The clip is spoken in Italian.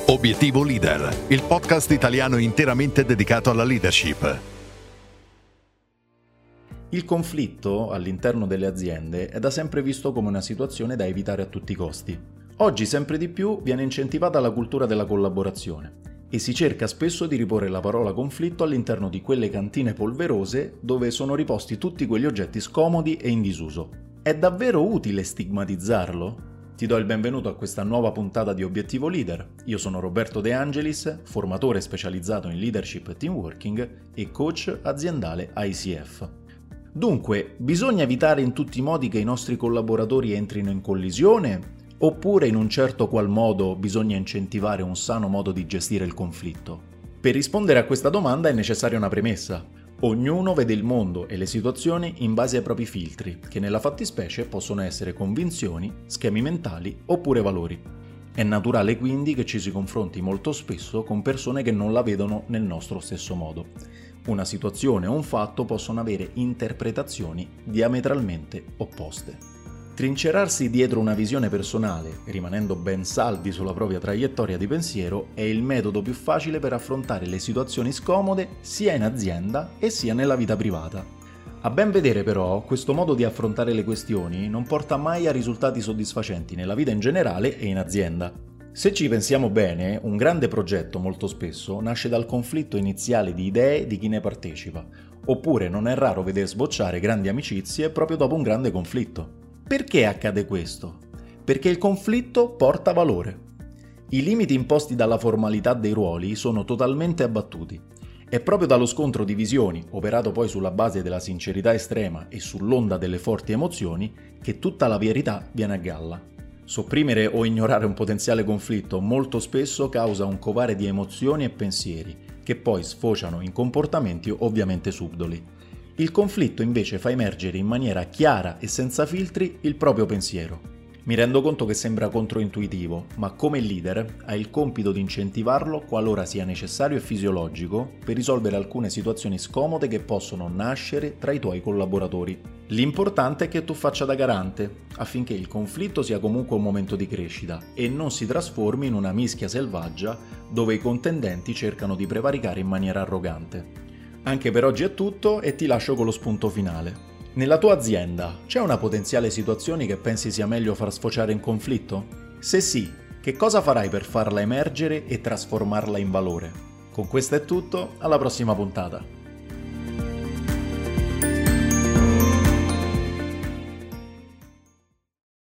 Obiettivo Leader, il podcast italiano interamente dedicato alla leadership. Il conflitto all'interno delle aziende è da sempre visto come una situazione da evitare a tutti i costi. Oggi sempre di più viene incentivata la cultura della collaborazione e si cerca spesso di riporre la parola conflitto all'interno di quelle cantine polverose dove sono riposti tutti quegli oggetti scomodi e in disuso. È davvero utile stigmatizzarlo? Ti do il benvenuto a questa nuova puntata di Obiettivo Leader. Io sono Roberto De Angelis, formatore specializzato in leadership e team working e coach aziendale ICF. Dunque, bisogna evitare in tutti i modi che i nostri collaboratori entrino in collisione? Oppure in un certo qual modo bisogna incentivare un sano modo di gestire il conflitto? Per rispondere a questa domanda è necessaria una premessa. Ognuno vede il mondo e le situazioni in base ai propri filtri, che nella fattispecie possono essere convinzioni, schemi mentali oppure valori. È naturale quindi che ci si confronti molto spesso con persone che non la vedono nel nostro stesso modo. Una situazione o un fatto possono avere interpretazioni diametralmente opposte. Trincerarsi dietro una visione personale, rimanendo ben saldi sulla propria traiettoria di pensiero, è il metodo più facile per affrontare le situazioni scomode sia in azienda e sia nella vita privata. A ben vedere però, questo modo di affrontare le questioni non porta mai a risultati soddisfacenti nella vita in generale e in azienda. Se ci pensiamo bene, un grande progetto molto spesso nasce dal conflitto iniziale di idee di chi ne partecipa, oppure non è raro veder sbocciare grandi amicizie proprio dopo un grande conflitto. Perché accade questo? Perché il conflitto porta valore. I limiti imposti dalla formalità dei ruoli sono totalmente abbattuti. È proprio dallo scontro di visioni, operato poi sulla base della sincerità estrema e sull'onda delle forti emozioni, che tutta la verità viene a galla. Sopprimere o ignorare un potenziale conflitto molto spesso causa un covare di emozioni e pensieri, che poi sfociano in comportamenti ovviamente subdoli. Il conflitto invece fa emergere in maniera chiara e senza filtri il proprio pensiero. Mi rendo conto che sembra controintuitivo, ma come leader hai il compito di incentivarlo qualora sia necessario e fisiologico per risolvere alcune situazioni scomode che possono nascere tra i tuoi collaboratori. L'importante è che tu faccia da garante, affinché il conflitto sia comunque un momento di crescita e non si trasformi in una mischia selvaggia dove i contendenti cercano di prevaricare in maniera arrogante. Anche per oggi è tutto e ti lascio con lo spunto finale. Nella tua azienda c'è una potenziale situazione che pensi sia meglio far sfociare in conflitto? Se sì, che cosa farai per farla emergere e trasformarla in valore? Con questo è tutto, alla prossima puntata.